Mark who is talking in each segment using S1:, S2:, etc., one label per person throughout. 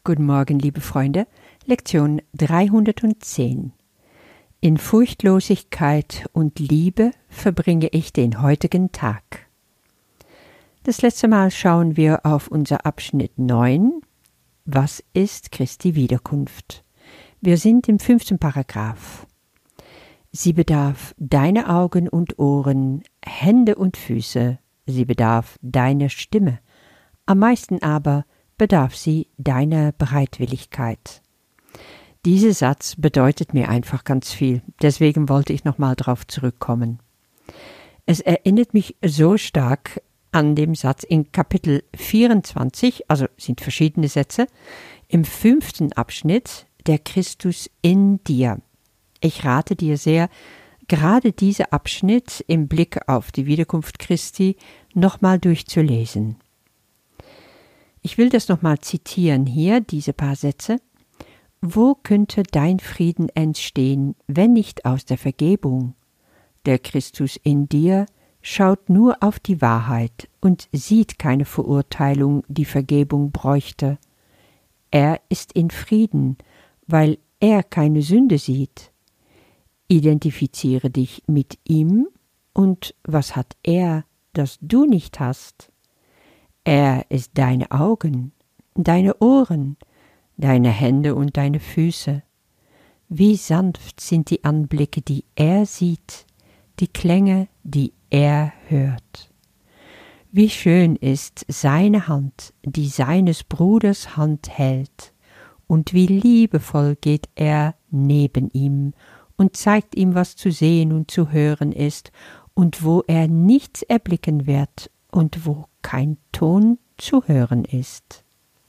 S1: Guten Morgen, liebe Freunde. Lektion 310. In Furchtlosigkeit und Liebe verbringe ich den heutigen Tag. Das letzte Mal schauen wir auf unser Abschnitt 9. Was ist Christi Wiederkunft? Wir sind im 5. Paragraph. Sie bedarf deine Augen und Ohren, Hände und Füße. Sie bedarf deiner Stimme. Am meisten aber bedarf sie deiner Bereitwilligkeit. Dieser Satz bedeutet mir einfach ganz viel, deswegen wollte ich nochmal darauf zurückkommen. Es erinnert mich so stark an den Satz in Kapitel 24, also sind verschiedene Sätze, im 5. Abschnitt, der Christus in dir. Ich rate dir sehr, gerade diesen Abschnitt im Blick auf die Wiederkunft Christi nochmal durchzulesen. Ich will das nochmal zitieren hier, diese paar Sätze. Wo könnte dein Frieden entstehen, wenn nicht aus der Vergebung? Der Christus in dir schaut nur auf die Wahrheit und sieht keine Verurteilung, die Vergebung bräuchte. Er ist in Frieden, weil er keine Sünde sieht. Identifiziere dich mit ihm und was hat er, das du nicht hast? Er ist deine Augen, deine Ohren, deine Hände und deine Füße. Wie sanft sind die Anblicke, die er sieht, die Klänge, die er hört. Wie schön ist seine Hand, die seines Bruders Hand hält, und wie liebevoll geht er neben ihm und zeigt ihm, was zu sehen und zu hören ist, und wo er nichts erblicken wird und wo kein Ton zu hören ist.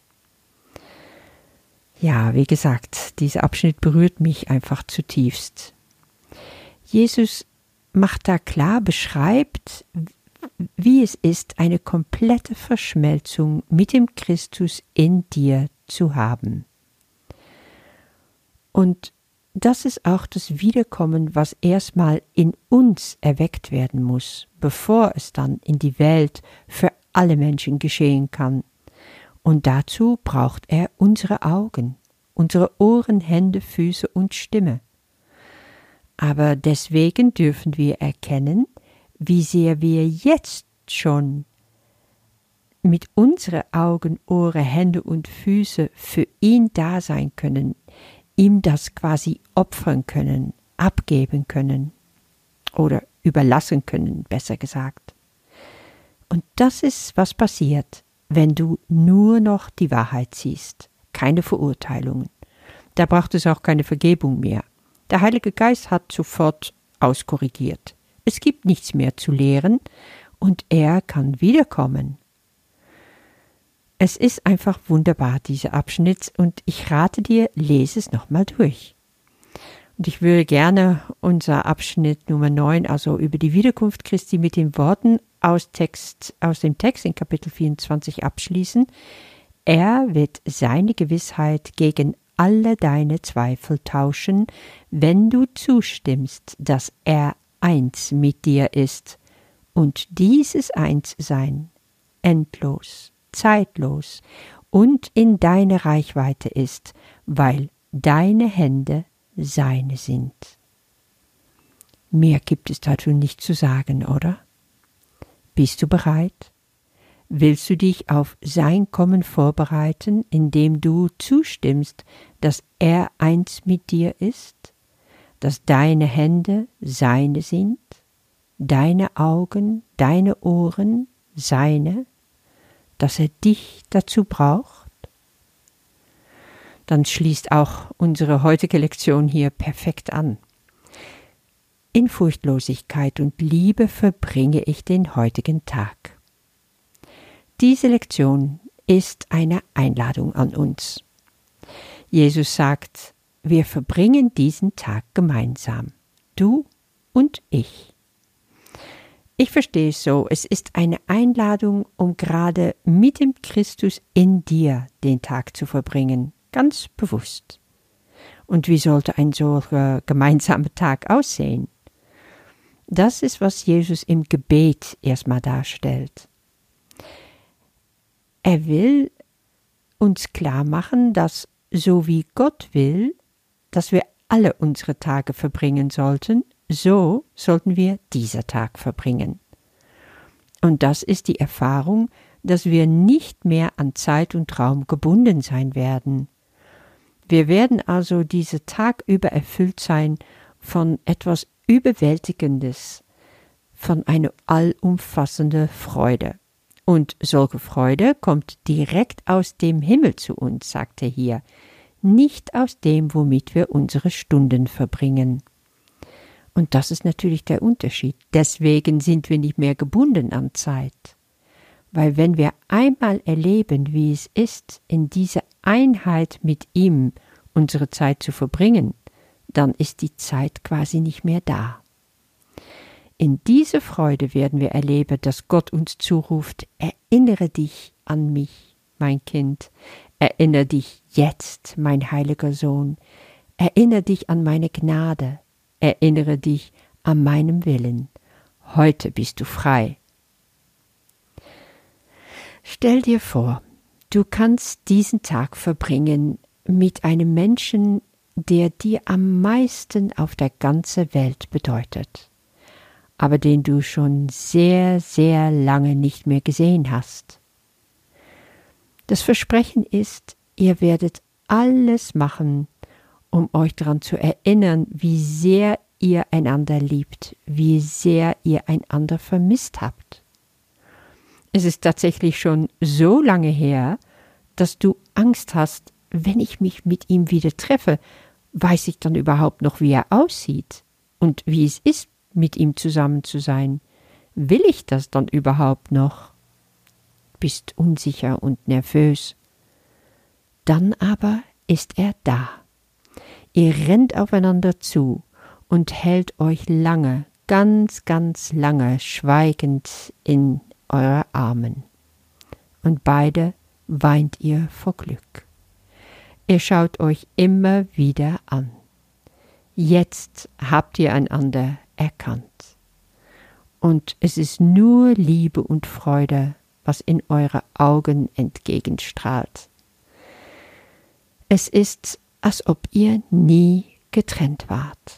S1: Ja, wie gesagt, dieser Abschnitt berührt mich einfach zutiefst. Jesus macht da klar, beschreibt, wie es ist, eine komplette Verschmelzung mit dem Christus in dir zu haben. Und das ist auch das Wiederkommen, was erstmal in uns erweckt werden muss, bevor es dann in die Welt für alle Menschen geschehen kann. Und dazu braucht er unsere Augen, unsere Ohren, Hände, Füße und Stimme. Aber deswegen dürfen wir erkennen, wie sehr wir jetzt schon mit unseren Augen, Ohren, Hände und Füße für ihn da sein können, ihm das quasi opfern können, abgeben können oder überlassen können, besser gesagt. Und das ist, was passiert, wenn du nur noch die Wahrheit siehst, keine Verurteilungen. Da braucht es auch keine Vergebung mehr. Der Heilige Geist hat sofort auskorrigiert. Es gibt nichts mehr zu lehren und er kann wiederkommen. Es ist einfach wunderbar, dieser Abschnitt, und ich rate dir, lese es nochmal durch. Und ich würde gerne unser Abschnitt Nummer 9, also über die Wiederkunft Christi, mit den Worten aus dem Text in Kapitel 24 abschließen. Er wird seine Gewissheit gegen alle deine Zweifel tauschen, wenn du zustimmst, dass er eins mit dir ist und dieses Einssein endlos, zeitlos und in deiner Reichweite ist, weil deine Hände seine sind. Mehr gibt es dazu nicht zu sagen, oder? Bist du bereit? Willst du dich auf sein Kommen vorbereiten, indem du zustimmst, dass er eins mit dir ist, dass deine Hände seine sind, deine Augen, deine Ohren seine, dass er dich dazu braucht? Dann schließt auch unsere heutige Lektion hier perfekt an. In Furchtlosigkeit und Liebe verbringe ich den heutigen Tag. Diese Lektion ist eine Einladung an uns. Jesus sagt, wir verbringen diesen Tag gemeinsam, du und ich. Ich verstehe es so, es ist eine Einladung, um gerade mit dem Christus in dir den Tag zu verbringen, ganz bewusst. Und wie sollte ein solcher gemeinsamer Tag aussehen? Das ist, was Jesus im Gebet erstmal darstellt. Er will uns klar machen, dass so wie Gott will, dass wir alle unsere Tage verbringen sollten, so sollten wir dieser Tag verbringen. Und das ist die Erfahrung, dass wir nicht mehr an Zeit und Raum gebunden sein werden. Wir werden also diesen Tag über erfüllt sein von etwas Überwältigendes, von einer allumfassenden Freude. Und solche Freude kommt direkt aus dem Himmel zu uns, sagt er hier, nicht aus dem, womit wir unsere Stunden verbringen. Und das ist natürlich der Unterschied. Deswegen sind wir nicht mehr gebunden an Zeit. Weil wenn wir einmal erleben, wie es ist, in dieser Einheit mit ihm unsere Zeit zu verbringen, dann ist die Zeit quasi nicht mehr da. In dieser Freude werden wir erleben, dass Gott uns zuruft, erinnere dich an mich, mein Kind, erinnere dich jetzt, mein heiliger Sohn, erinnere dich an meine Gnade, erinnere dich an meinem Willen, heute bist du frei. Stell dir vor, du kannst diesen Tag verbringen mit einem Menschen, der dir am meisten auf der ganzen Welt bedeutet, aber den du schon sehr, sehr lange nicht mehr gesehen hast. Das Versprechen ist, ihr werdet alles machen, um euch daran zu erinnern, wie sehr ihr einander liebt, wie sehr ihr einander vermisst habt. Es ist tatsächlich schon so lange her, dass du Angst hast, wenn ich mich mit ihm wieder treffe, weiß ich dann überhaupt noch, wie er aussieht und wie es ist, mit ihm zusammen zu sein. Will ich das dann überhaupt noch? Bist unsicher und nervös. Dann aber ist er da. Ihr rennt aufeinander zu und hält euch lange, ganz, ganz lange schweigend in eure Armen. Und beide weint ihr vor Glück. Ihr schaut euch immer wieder an. Jetzt habt ihr einander erkannt. Und es ist nur Liebe und Freude, was in eure Augen entgegenstrahlt. Es ist, als ob ihr nie getrennt wart.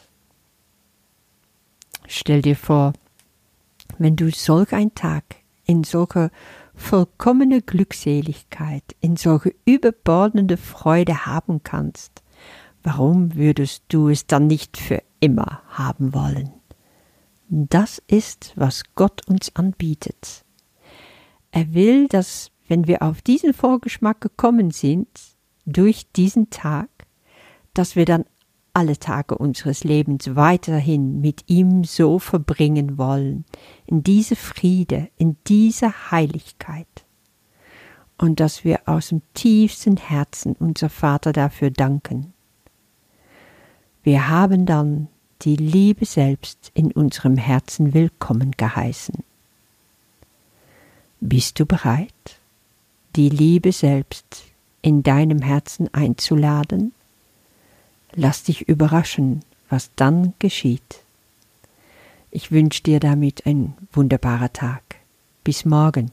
S1: Stell dir vor, wenn du solch einen Tag in solcher vollkommene Glückseligkeit, in solche überbordende Freude haben kannst, warum würdest du es dann nicht für immer haben wollen? Das ist, was Gott uns anbietet. Er will, dass, wenn wir auf diesen Vorgeschmack gekommen sind, durch diesen Tag, dass wir dann alle Tage unseres Lebens weiterhin mit ihm so verbringen wollen, in diese Friede, in diese Heiligkeit. Und dass wir aus dem tiefsten Herzen unser Vater dafür danken. Wir haben dann die Liebe selbst in unserem Herzen willkommen geheißen. Bist du bereit, die Liebe selbst in deinem Herzen einzuladen? Lass dich überraschen, was dann geschieht. Ich wünsche dir damit einen wunderbaren Tag. Bis morgen.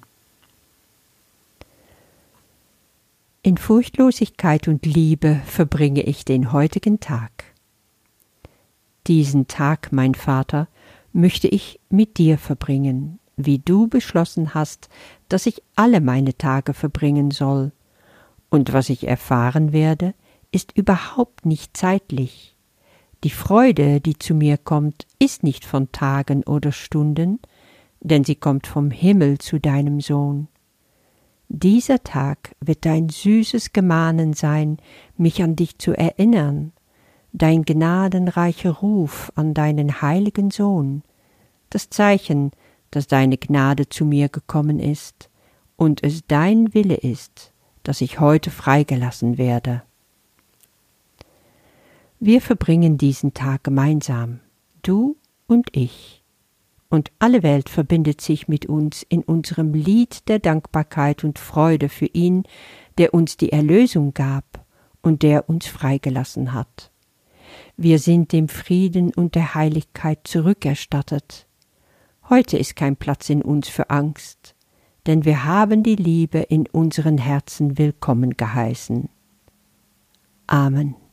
S1: In Furchtlosigkeit und Liebe verbringe ich den heutigen Tag. Diesen Tag, mein Vater, möchte ich mit dir verbringen, wie du beschlossen hast, dass ich alle meine Tage verbringen soll. Und was ich erfahren werde, ist überhaupt nicht zeitlich. Die Freude, die zu mir kommt, ist nicht von Tagen oder Stunden, denn sie kommt vom Himmel zu deinem Sohn. Dieser Tag wird dein süßes Gemahnen sein, mich an dich zu erinnern, dein gnadenreicher Ruf an deinen heiligen Sohn, das Zeichen, dass deine Gnade zu mir gekommen ist und es dein Wille ist, dass ich heute freigelassen werde. Wir verbringen diesen Tag gemeinsam, du und ich, und alle Welt verbindet sich mit uns in unserem Lied der Dankbarkeit und Freude für ihn, der uns die Erlösung gab und der uns freigelassen hat. Wir sind dem Frieden und der Heiligkeit zurückerstattet. Heute ist kein Platz in uns für Angst, denn wir haben die Liebe in unseren Herzen willkommen geheißen. Amen.